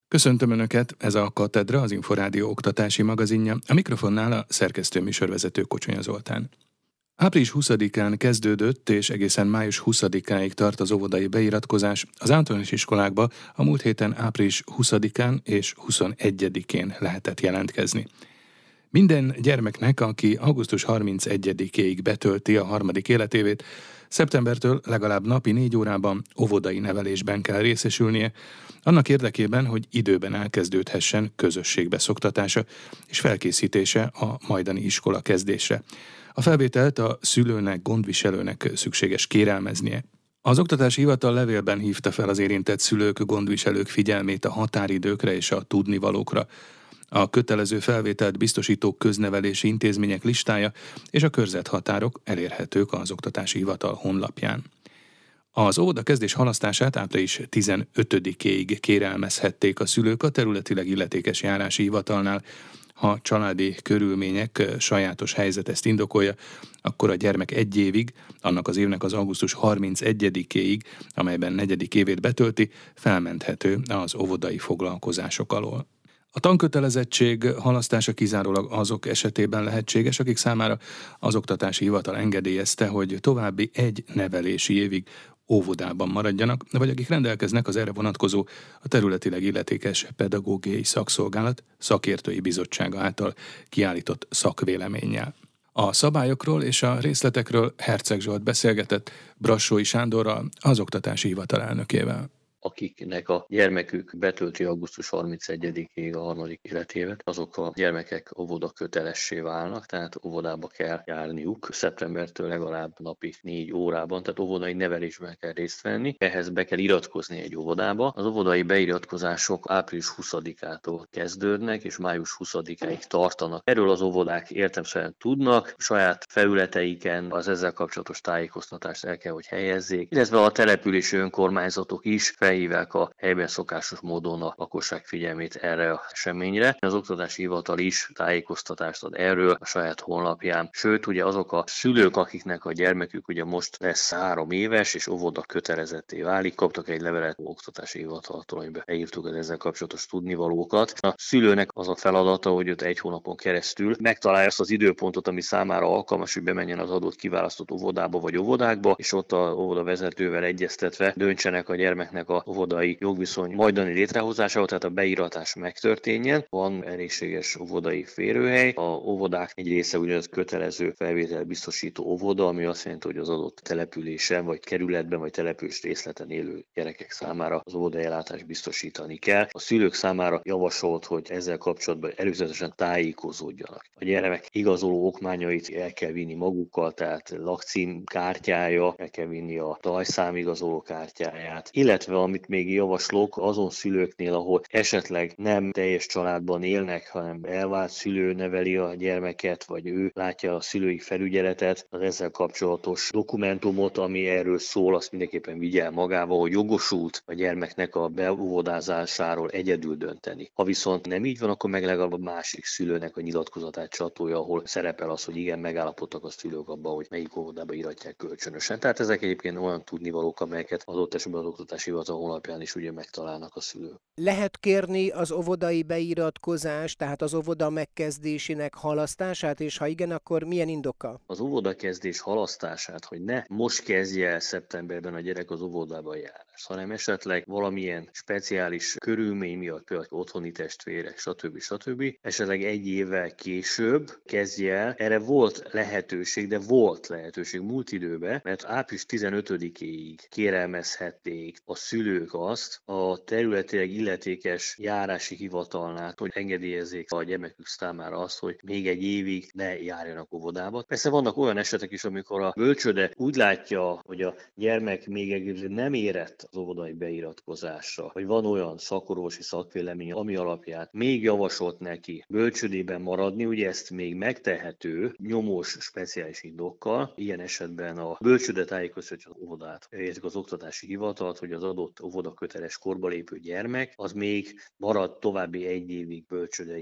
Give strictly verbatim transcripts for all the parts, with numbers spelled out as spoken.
Köszöntöm Önöket, ez a Katedra, az Inforádió oktatási magazinja, a mikrofonnál a szerkesztő műsorvezető Kocsonya Zoltán. április huszadikán kezdődött, és egészen május huszadikáig tart az óvodai beiratkozás. Az általános iskolákba a múlt héten április huszadikán és huszonegyedikén lehetett jelentkezni. Minden gyermeknek, aki augusztus harmincegyedikéig betölti a harmadik életévét, szeptembertől legalább napi négy órában óvodai nevelésben kell részesülnie, annak érdekében, hogy időben elkezdődhessen közösségbe szoktatása és felkészítése a majdani iskola kezdésre. A felvételt a szülőnek, gondviselőnek szükséges kérelmeznie. Az Oktatási Hivatal levélben hívta fel az érintett szülők, gondviselők figyelmét a határidőkre és a tudnivalókra. A kötelező felvételt biztosító köznevelési intézmények listája és a körzethatárok elérhetők az Oktatási Hivatal honlapján. Az óvodakezdés halasztását április tizenötödikéig kérelmezhették a szülők a területileg illetékes járási hivatalnál. Ha családi körülmények, sajátos helyzet ezt indokolja, akkor a gyermek egy évig, annak az évnek az augusztus harmincegyedikéig, amelyben negyedik évét betölti, felmenthető az óvodai foglalkozások alól. A tankötelezettség halasztása kizárólag azok esetében lehetséges, akik számára az Oktatási Hivatal engedélyezte, hogy további egy nevelési évig óvodában maradjanak, vagy akik rendelkeznek az erre vonatkozó a területileg illetékes pedagógiai szakszolgálat szakértői bizottsága által kiállított szakvéleménnyel. A szabályokról és a részletekről Herceg Zsolt beszélgetett Brassói Sándorral, az Oktatási Hivatal elnökével. Akiknek a gyermekük betölti augusztus harmincegyedikéig a harmadik életévet, azok a gyermekek óvoda kötelessé válnak, tehát óvodába kell járniuk szeptembertől legalább napi négy órában, tehát óvodai nevelésben kell részt venni. Ehhez be kell iratkozni egy óvodába. Az óvodai beiratkozások április huszadikától kezdődnek, és május huszadikáig tartanak. Erről az óvodák értelemszerűen tudnak, saját felületeiken az ezzel kapcsolatos tájékoztatást el kell, hogy helyezzék, illetve a települési önkormányzatok is felhívják a helyben szokásos módon a lakosság figyelmét erre az eseményre. Az Oktatási Hivatal is tájékoztatást ad erről a saját honlapján. Sőt, ugye azok a szülők, akiknek a gyermekük ugye most lesz három éves, és óvoda kötelezetté válik, kaptak egy levelet az Oktatási Hivataltól, amiben beírtuk az ezzel kapcsolatos tudnivalókat. A szülőnek az a feladata, hogy őt egy hónapon keresztül megtalálja azt az időpontot, ami számára alkalmas, hogy bemenjen az adott kiválasztott óvodába vagy óvodákba, és ott a óvoda vezetővel egyeztetve döntsenek a gyermeknek a óvodai jogviszony majdani létrehozásával, tehát a beiratás megtörténjen. Van elégséges óvodai férőhely. A óvodák egy része úgynevezett kötelező felvétel biztosító óvoda, ami azt jelenti, hogy az adott településen, vagy kerületben, vagy település részleten élő gyerekek számára az óvodai ellátást biztosítani kell. A szülők számára javasolt, hogy ezzel kapcsolatban előzetesen tájékozódjanak. A gyermek igazoló okmányait el kell vinni magukkal, tehát lakcím kártyája, el kell vinni a rajtszámigazoló kártyáját, illetve amit még javaslok azon szülőknél, ahol esetleg nem teljes családban élnek, hanem elvált szülő neveli a gyermeket, vagy ő látja a szülői felügyeletet, az ezzel kapcsolatos dokumentumot, ami erről szól, azt mindenképpen vigye el magával, hogy jogosult a gyermeknek a beóvodázásáról egyedül dönteni. Ha viszont nem így van, akkor meg legalább a másik szülőnek a nyilatkozatát csatolja, ahol szerepel az, hogy igen, megállapodtak a szülők abban, hogy melyik óvodába iratják kölcsönösen. Tehát ezek egyébként olyan tudnivalók, amelyeket adott esetben az Oktatási Hivatal honlapján is ugye megtalálnak a szülők. Lehet kérni az óvodai beiratkozás, tehát az óvoda megkezdésének halasztását, és ha igen, akkor milyen indokkal? Az óvodakezdés halasztását, hogy ne most kezdje el szeptemberben a gyerek az óvodába járás, hanem esetleg valamilyen speciális körülmény miatt, például otthoni testvérek, stb. stb. Esetleg egy évvel később kezdje el. Erre volt lehetőség, de volt lehetőség múlt időben, mert április tizenötödikéig kérelmezhették a szülők azt a területileg illetékes járási hivatalnál, hogy engedélyezzék a gyermekük számára azt, hogy még egy évig ne járjanak óvodába. Persze vannak olyan esetek is, amikor a bölcsőde úgy látja, hogy a gyermek még egész nem érett az óvodai beiratkozásra, hogy van olyan szakorvosi szakvélemény, ami alapján még javasolt neki bölcsődében maradni, ugye ezt még megtehető nyomós speciális indokkal. Ilyen esetben a bölcsőde tájékoztatja az óvodát, értik az Oktatási Hivatalt, hogy az adott óvoda köteles korba lépő gyermek, az még marad további egy évig bölcsődei ellátásban.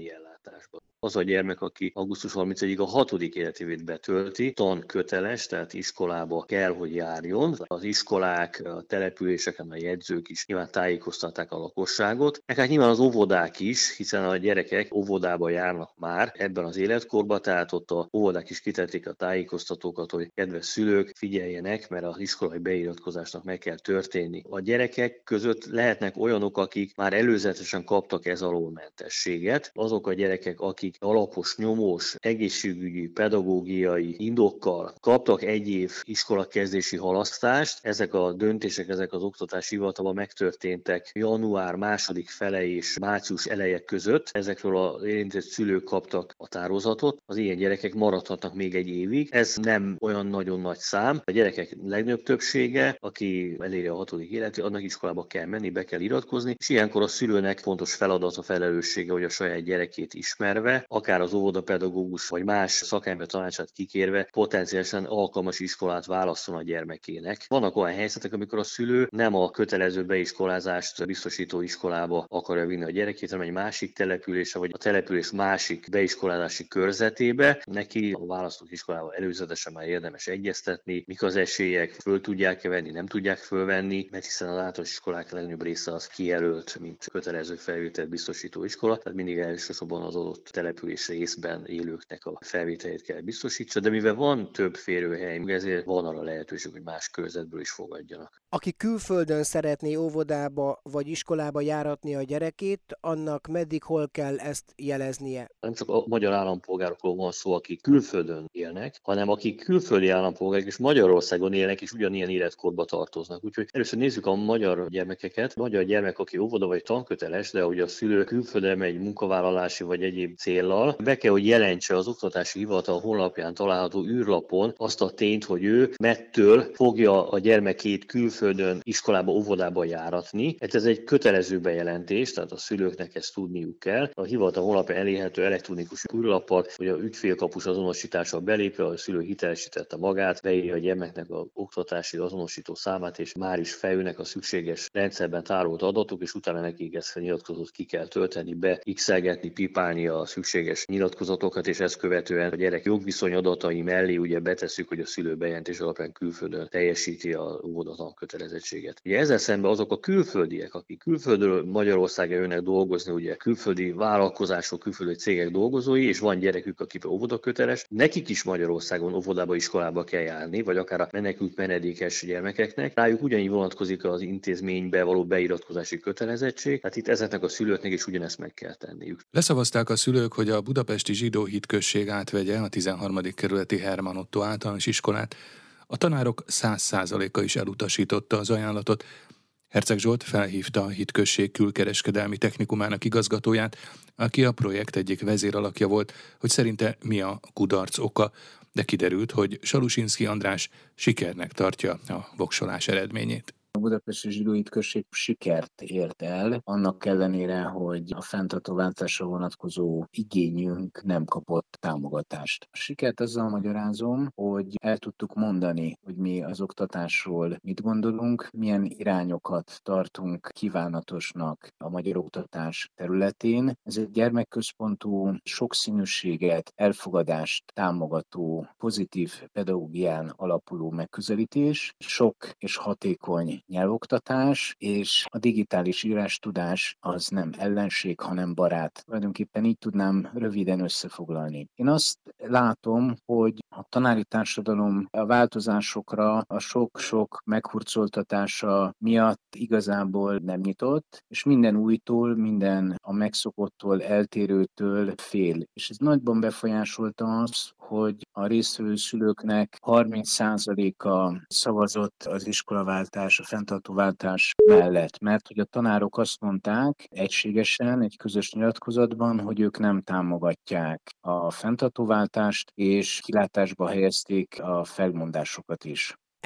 oktatásba. Az a gyermek, aki augusztus harmincegyedikéig a hatodik életévét betölti, tanköteles, tehát iskolába kell, hogy járjon. Az iskolák, a településeken a jegyzők is nyilván tájékoztatták a lakosságot, meg hát nyilván az óvodák is, hiszen a gyerekek óvodába járnak már ebben az életkorban, tehát ott a óvodák is kitették a tájékoztatókat, hogy kedves szülők, figyeljenek, mert az iskolai beiratkozásnak meg kell történni. A gyerekek között lehetnek olyanok, akik már előzetesen kaptak ez alól mentességet, azok a gyerekek, akik alapos, nyomós, egészségügyi, pedagógiai indokkal kaptak egy év iskolakezdési halasztást, ezek a döntések, ezek az oktatási hivatalban megtörténtek január második fele és március eleje között. Ezekről az érintett szülők kaptak határozatot, az ilyen gyerekek maradhatnak még egy évig. Ez nem olyan nagyon nagy szám. A gyerekek legnagyobb többsége, aki eléri a hatodik életét, annak iskolába kell menni, be kell iratkozni, és ilyenkor a szülőnek fontos feladata, felelőssége, hogy a saját gyerekét ismerve, akár az óvodapedagógus vagy más szakember tanácsát kikérve potenciálisan alkalmas iskolát válasszon a gyermekének. Vannak olyan helyzetek, amikor a szülő nem a kötelező beiskolázást biztosító iskolába akarja vinni a gyerekét, hanem egy másik településre, vagy a település másik beiskolázási körzetébe. Neki a választott iskolával előzetesen már érdemes egyeztetni, mik az esélyek, föl tudják-e venni, nem tudják fölvenni, mert hiszen az általános iskolák legnagyobb része az kijelölt, mint kötelező felvételt biztosító iskola, tehát mindig elsősorban az adott település részben élőknek a felvételét kell biztosítsa, de mivel van több férőhely, ezért van arra lehetőség, hogy más körzetből is fogadjanak. Aki külföldön szeretné óvodába vagy iskolába járatni a gyerekét, annak meddig hol kell ezt jeleznie? Nem csak a magyar állampolgárokról van szó, akik külföldön élnek, hanem akik külföldi állampolgárok és Magyarországon élnek, és ugyanilyen életkorba tartoznak. Úgyhogy először nézzük a magyar gyermekeket. A magyar gyermek, aki óvoda vagy tanköteles, de hogy a szülő külföldre megy munkavállalási vagy egyéb céllal, be kell, hogy jelentse az oktatási hivatal honlapján található űrlapon azt a tényt, hogy ő mettől fogja a gyermekét külföldön iskolába, óvodába járatni. Ez egy kötelező bejelentés, tehát a szülőknek ezt tudniuk kell. A hivatal honlapján elérhető elektronikus űrlappal, hogy a ügyfélkapus azonosítással belépve a szülő hitelesítette magát, beírja a gyermeknek az oktatási azonosító számát, és már is felülnek a szükséges rendszerben tárolt adatok, és utána nekik ezt a nyilatkozatot ki kell tölteni be, x-elgetni, pipálni a szükséges nyilatkozatokat, és ezt követően a gyerek jogviszony adatai mellé ugye betesszük, hogy a szülő bejelentés alapján külföldön teljesíti a óvodatan kötelezettséget. Ugye ezzel szemben azok a külföldiek, akik külföldről Magyarországra jönnek dolgozni, ugye külföldi vállalkozások, külföldi cégek dolgozói, és van gyerekük, aki óvodaköteles, nekik is Magyarországon óvodába, iskolába kell járni, vagy akár a menekült menedékes gyermekeknek. Rájuk ugyanígy vonatkozik az intézménybe való beiratkozási kötelezettség, tehát itt ezeknek a szülőknek is ugyanezt meg kell tenniük. Leszavazták a szülők, hogy a budapesti zsidó hitközség átvegye a tizenharmadik kerületi Herman Ottó általános iskolát. A tanárok száz százaléka is elutasította az ajánlatot. Herceg Zsolt felhívta a hitközség külkereskedelmi technikumának igazgatóját, aki a projekt egyik vezéralakja volt, hogy szerinte mi a kudarc oka, de kiderült, hogy Salusinszky András sikernek tartja a voksolás eredményét. A budapesti zsidó hitközség sikert ért el, annak ellenére, hogy a fenntartóváltásra vonatkozó igényünk nem kapott támogatást. A sikert azzal magyarázom, hogy el tudtuk mondani, hogy mi az oktatásról mit gondolunk, milyen irányokat tartunk kívánatosnak a magyar oktatás területén. Ez egy gyermekközpontú, sokszínűséget, elfogadást támogató, pozitív pedagógián alapuló megközelítés, sok és hatékony nyelvoktatás, és a digitális írástudás az nem ellenség, hanem barát. Tulajdonképpen így tudnám röviden összefoglalni. Én azt látom, hogy a tanári társadalom a változásokra, a sok-sok meghurcoltatása miatt igazából nem nyitott, és minden újtól, minden a megszokottól, eltérőtől fél. És ez nagyban befolyásolta azt, hogy a résztvevő szülőknek harminc százaléka szavazott az iskolaváltás, a fenntartóváltás mellett, mert hogy a tanárok azt mondták egységesen egy közös nyilatkozatban, hogy ők nem támogatják a fenntartóváltást, és kilátásba helyezték a felmondásokat is.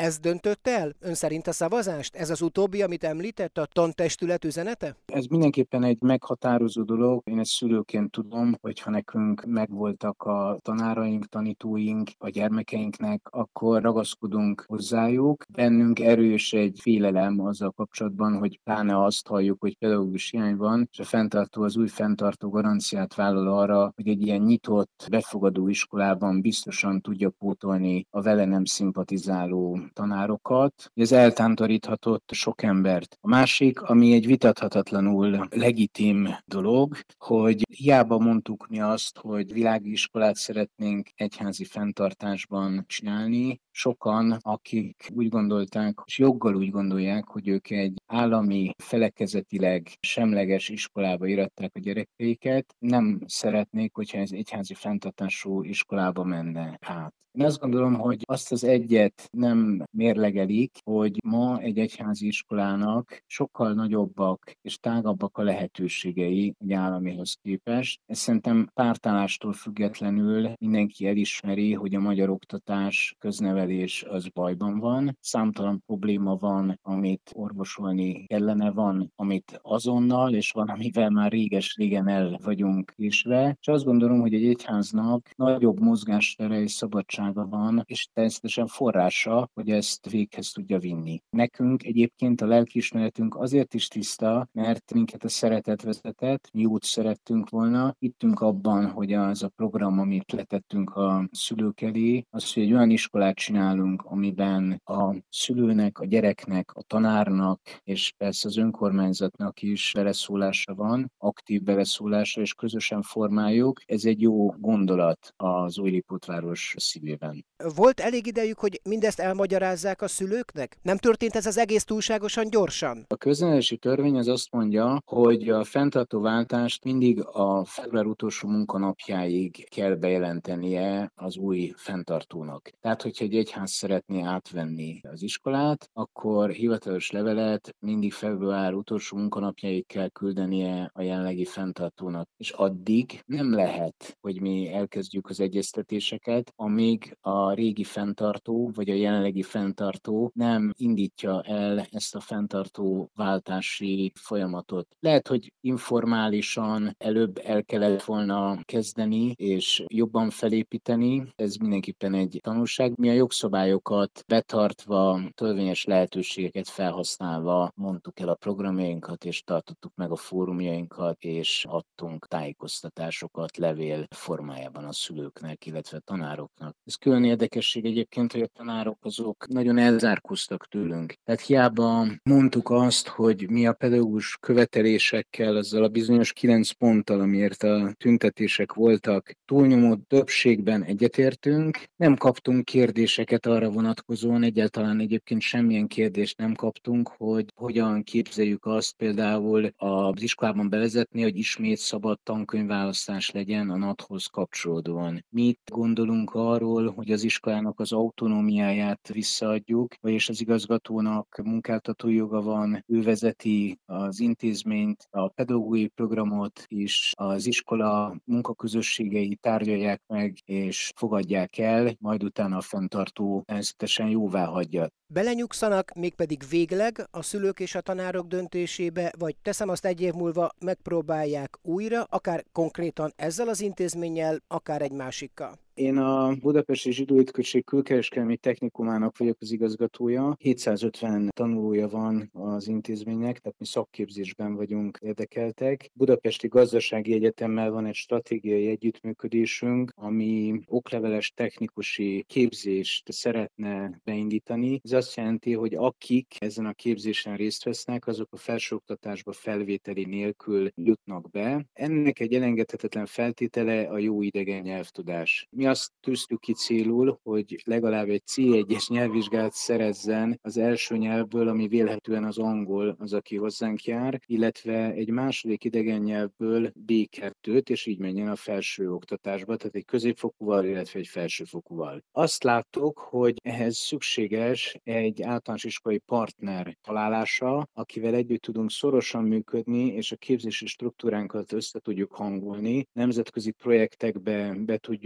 Ez döntött el ön szerint a szavazást? Ez az utóbbi, amit említett, a tantestület üzenete? Ez mindenképpen egy meghatározó dolog. Én ezt szülőként tudom, hogy ha nekünk megvoltak a tanáraink, tanítóink, a gyermekeinknek, akkor ragaszkodunk hozzájuk. Bennünk erős egy félelem azzal kapcsolatban, hogy pláne azt halljuk, hogy pedagógus hiány van, és a fenntartó, az új fenntartó garanciát vállal arra, hogy egy ilyen nyitott, befogadó iskolában biztosan tudja pótolni a vele nem szimpatizáló tanárokat. Ez eltántoríthatott sok embert. A másik, ami egy vitathatatlanul legitim dolog, hogy hiába mondtuk mi azt, hogy világi iskolát szeretnénk egyházi fenntartásban csinálni, sokan, akik úgy gondolták, és joggal úgy gondolják, hogy ők egy állami, felekezetileg semleges iskolába iratták a gyerekeiket, nem szeretnék, hogyha ez egyházi fenntartású iskolába menne át. Én azt gondolom, hogy azt az egyet nem mérlegelik, hogy ma egy egyházi iskolának sokkal nagyobbak és tágabbak a lehetőségei egy államihoz képest. Ezt szerintem pártállástól függetlenül mindenki elismeri, hogy a magyar oktatás, köznevelés az bajban van. Számtalan probléma van, amit orvosolni kellene, van, amit azonnal, és van, amivel már réges-régen el vagyunk késve. És azt gondolom, hogy egy egyháznak nagyobb mozgástere és szabadsága van, és természetesen forrása, hogy ezt véghez tudja vinni. Nekünk egyébként a lelkiismeretünk azért is tiszta, mert minket a szeretet vezetett, mi úgy szerettünk volna. Hittünk abban, hogy az a program, amit letettünk a szülők elé, az, hogy egy olyan iskolát csinálunk, amiben a szülőnek, a gyereknek, a tanárnak, és persze az önkormányzatnak is beleszólása van, aktív beleszólása, és közösen formáljuk. Ez egy jó gondolat az Újlipótváros szívében. Volt elég idejük, hogy mindezt elmagyarázzák a szülőknek? Nem történt ez az egész túlságosan gyorsan? A köznevelési törvény az azt mondja, hogy a fenntartó váltást mindig a február utolsó munkanapjáig kell bejelentenie az új fenntartónak. Tehát, hogyha egy egyház szeretné átvenni az iskolát, akkor hivatalos levelet mindig február utolsó munkanapjáig kell küldenie a jelenlegi fenntartónak. És addig nem lehet, hogy mi elkezdjük az egyeztetéseket, amíg a régi fenntartó, vagy a jelenlegi fenntartó nem indítja el ezt a fenntartó váltási folyamatot. Lehet, hogy informálisan előbb el kellett volna kezdeni, és jobban felépíteni. Ez mindenképpen egy tanulság. Mi a jogszabályokat betartva, törvényes lehetőségeket felhasználva mondtuk el a programjainkat, és tartottuk meg a fórumjainkat, és adtunk tájékoztatásokat levél formájában a szülőknek, illetve a tanároknak. Ez külön érdekesség egyébként, hogy a tanárok azok nagyon elzárkóztak tőlünk. Tehát hiába mondtuk azt, hogy mi a pedagógus követelésekkel, azzal a bizonyos kilenc ponttal, amiért a tüntetések voltak, túlnyomó többségben egyetértünk. Nem kaptunk kérdéseket arra vonatkozóan, egyáltalán egyébként semmilyen kérdést nem kaptunk, hogy hogyan képzeljük azt például az iskolában bevezetni, hogy ismét szabad tankönyvválasztás legyen a NAT-hoz kapcsolódóan. Mit gondolunk arról, hogy az iskolának az autonómiáját visszaadjuk, vagyis az igazgatónak munkáltatói joga van, ő vezeti az intézményt, a pedagógiai programot is, az iskola munkaközösségei tárgyalják meg és fogadják el, majd utána a fenntartó természetesen jóvá hagyja. Belenyugszanak mégpedig végleg a szülők és a tanárok döntésébe, vagy teszem azt egy év múlva megpróbálják újra, akár konkrétan ezzel az intézménnyel, akár egy másikkal? Én a Budapesti Zsidó Ütközség Külkereskedelmi Technikumának vagyok az igazgatója. hétszázötven tanulója van az intézménynek, tehát mi szakképzésben vagyunk érdekeltek. Budapesti Gazdasági Egyetemmel van egy stratégiai együttműködésünk, ami okleveles technikusi képzést szeretne beindítani. Ez azt jelenti, hogy akik ezen a képzésen részt vesznek, azok a felsőoktatásba felvételi nélkül jutnak be. Ennek egy elengedhetetlen feltétele a jó idegen nyelvtudás. Mi azt tűztük ki célul, hogy legalább egy cé egyes nyelvvizsgát szerezzen az első nyelvből, ami vélhetően az angol, az, aki hozzánk jár, illetve egy második idegen nyelvből bé kettőt, és így menjen a felső oktatásba, tehát egy középfokúval, illetve egy felsőfokúval. Azt láttuk, hogy ehhez szükséges egy általános iskolai partner találása, akivel együtt tudunk szorosan működni, és a képzési struktúránkat össze tudjuk hangolni, nemzetközi projektekbe be tudjuk vonni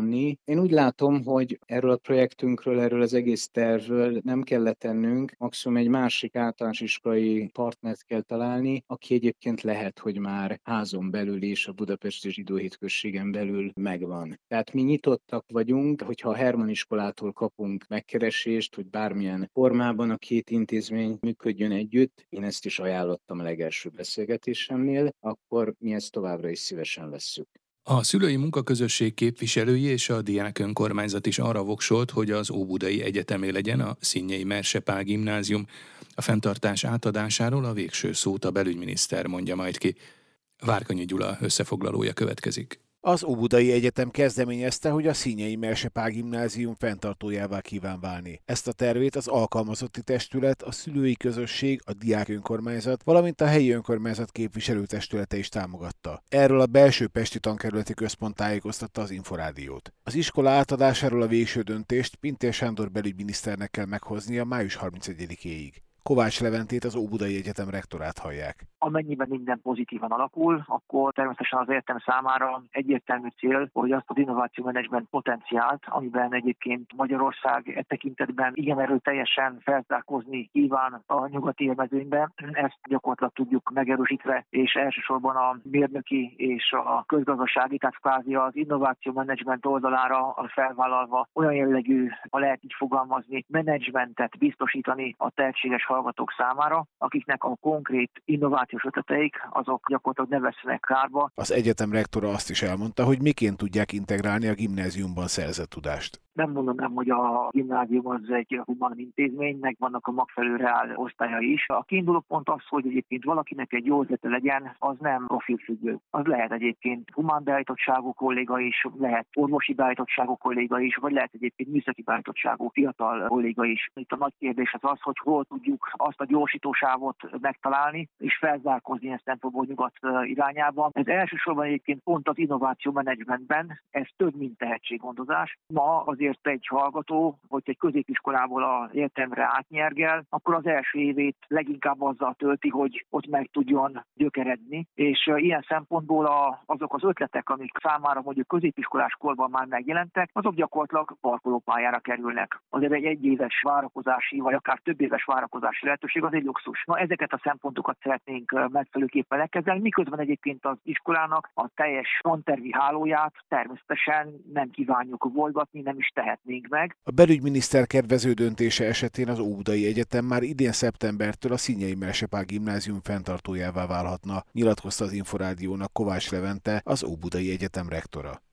bevonni. Én úgy látom, hogy erről a projektünkről, erről az egész tervről nem kell letennünk, maximum egy másik általános iskolai partnert kell találni, aki egyébként lehet, hogy már házon belül és a budapesti zsidó községen belül megvan. Tehát mi nyitottak vagyunk, hogyha a Hermann iskolától kapunk megkeresést, hogy bármilyen formában a két intézmény működjön együtt, én ezt is ajánlottam a legelső beszélgetésemnél, akkor mi ezt továbbra is szívesen vesszük. A szülői munkaközösség képviselői és a diák önkormányzat is arra voksolt, hogy az Óbudai Egyetemé legyen a Szinyei Merse Pál Gimnázium. A fenntartás átadásáról a végső szót a belügyminiszter mondja majd ki. Várkonyi Gyula összefoglalója következik. Az Óbudai Egyetem kezdeményezte, hogy a Szinyei Merse Pál Gimnázium fenntartójává kíván válni. Ezt a tervét az alkalmazotti testület, a szülői közösség, a diák önkormányzat, valamint a helyi önkormányzat képviselőtestülete is támogatta. Erről a Belső Pesti Tankerületi Központ tájékoztatta az Inforádiót. Az iskola átadásáról a végső döntést Pintér Sándor belügyminiszternek kell meghoznia május harmincegyedikéig. Kovács Leventét, az Óbudai Egyetem rektorát hallják. Amennyiben minden pozitívan alakul, akkor természetesen az egyetem számára egyértelmű cél, hogy azt az innovációmenedzsment potenciált, amiben egyébként Magyarország e tekintetben igen erőteljesen felzárkózni kíván a nyugati élmezőnyben, ezt gyakorlatilag tudjuk megerősítve, és elsősorban a mérnöki és a közgazdasági, tehát kvázi az innovációmenedzsment oldalára felvállalva olyan jellegű, ha lehet így fogalmazni, menedzsmentet biztosítani a tehetséges hallgatók számára, akiknek a konkrét innovációs ötleteik azok gyakorlatilag ne vesznek kárba. Az egyetem rektora azt is elmondta, hogy miként tudják integrálni a gimnáziumban szerzett tudást. Nem mondanám, hogy a gimnázium az egy humán intézmény, meg vannak a megfelelő reál osztályai is. A kiinduló pont az, hogy egyébként valakinek egy jó ötlete legyen, az nem profilfüggő. Az lehet egyébként humán beállítottságú kolléga is, lehet orvosi beállítottságú kolléga is, vagy lehet egyébként műszaki beállítottságú fiatal kolléga is. Itt a nagy kérdés az az, hogy hol tudjuk azt a gyorsítósávot megtalálni, és felzárkózni ezt tempóból nyugat irányába. Ez elsősorban egyébként pont az innováció menedzsmentben, ez több, mint tehetséggondozás. Ma az azért egy hallgató, hogy egy középiskolából a egyetemre átnyergel, akkor az első évét leginkább azzal tölti, hogy ott meg tudjon gyökeredni, és ilyen szempontból a, azok az ötletek, amik számára mondjuk középiskolás korban már megjelentek, azok gyakorlatilag parkolópályára kerülnek. Azért egy egyéves várakozási, vagy akár több éves várakozási lehetőség az egy luxus. Na, ezeket a szempontokat szeretnénk megfelelőképpen lekezelni, miközben egyébként az iskolának a teljes tantervi hálóját természetesen nem kívánjuk volgatni, nem is tehetnénk meg. A belügyminiszter kedvező döntése esetén az Óbudai Egyetem már idén szeptembertől a Szinyei Merse Pál Gimnázium fenntartójává válhatna, nyilatkozta az Inforádiónak Kovács Levente, az Óbudai Egyetem rektora.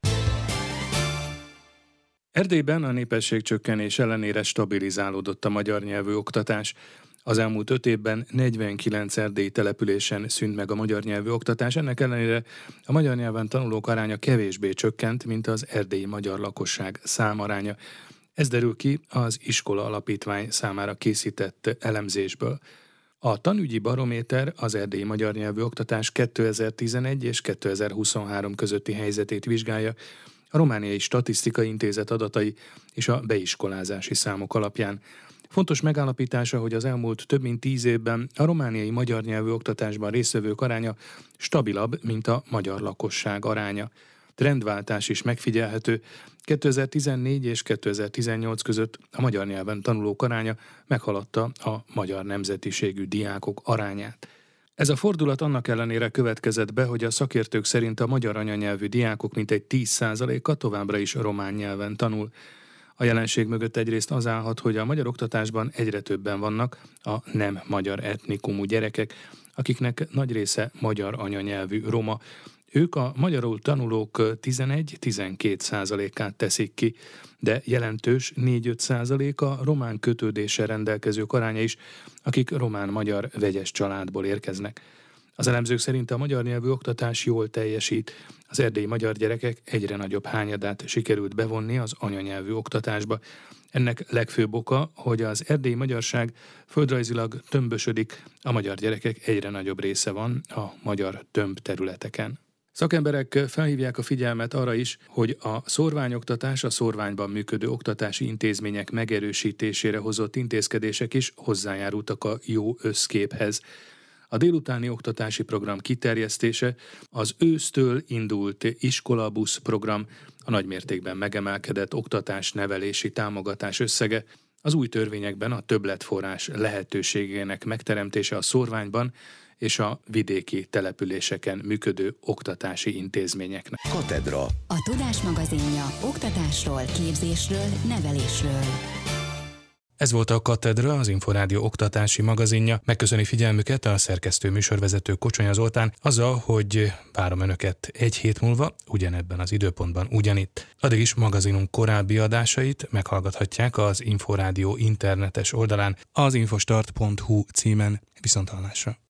Erdélyben a népességcsökkenés ellenére stabilizálódott a magyar nyelvű oktatás. Az elmúlt öt évben negyvenkilenc erdélyi településen szűnt meg a magyar nyelvű oktatás, ennek ellenére a magyar nyelven tanulók aránya kevésbé csökkent, mint az erdélyi magyar lakosság számaránya. Ez derül ki az Iskola Alapítvány számára készített elemzésből. A tanügyi barométer az erdélyi magyar nyelvű oktatás kétezer-tizenegy és kétezer-huszonhárom közötti helyzetét vizsgálja, a Romániai Statisztikai Intézet adatai és a beiskolázási számok alapján. Fontos megállapítása, hogy az elmúlt több mint tíz évben a romániai magyar nyelvű oktatásban résztvevők aránya stabilabb, mint a magyar lakosság aránya. Trendváltás is megfigyelhető. kétezer-tizennégy és kétezer-tizennyolc között a magyar nyelven tanulók aránya meghaladta a magyar nemzetiségű diákok arányát. Ez a fordulat annak ellenére következett be, hogy a szakértők szerint a magyar anyanyelvű diákok mintegy tíz százaléka továbbra is román nyelven tanul. A jelenség mögött egyrészt az állhat, hogy a magyar oktatásban egyre többen vannak a nem magyar etnikumú gyerekek, akiknek nagy része magyar anyanyelvű roma. Ők a magyarul tanulók tizenegy-tizenkét százalékát teszik ki, de jelentős négy-öt százalék a román kötődéssel rendelkezők aránya is, akik román-magyar vegyes családból érkeznek. Az elemzők szerint a magyar nyelvű oktatás jól teljesít. Az erdélyi magyar gyerekek egyre nagyobb hányadát sikerült bevonni az anyanyelvű oktatásba. Ennek legfőbb oka, hogy az erdélyi magyarság földrajzilag tömbösödik, a magyar gyerekek egyre nagyobb része van a magyar tömb területeken. Szakemberek felhívják a figyelmet arra is, hogy a szórványoktatás, a szórványban működő oktatási intézmények megerősítésére hozott intézkedések is hozzájárultak a jó összképhez. A délutáni oktatási program kiterjesztése, az ősztől indult iskolabusz program, a nagymértékben megemelkedett oktatás-nevelési támogatás összege, az új törvényekben a többletforrás lehetőségének megteremtése a szórványban és a vidéki településeken működő oktatási intézményeknek. Katedra. A Tudás magazinja oktatásról, képzésről, nevelésről. Ez volt a Katedra, az Inforádió oktatási magazinja. Megköszöni figyelmüket a szerkesztő műsorvezető Kocsonya Zoltán azzal, hogy várom Önöket egy hét múlva, ugyanebben az időpontban ugyanitt. Addig is magazinunk korábbi adásait meghallgathatják az Inforádió internetes oldalán, az infostart pont hu címen. Viszonthallásra.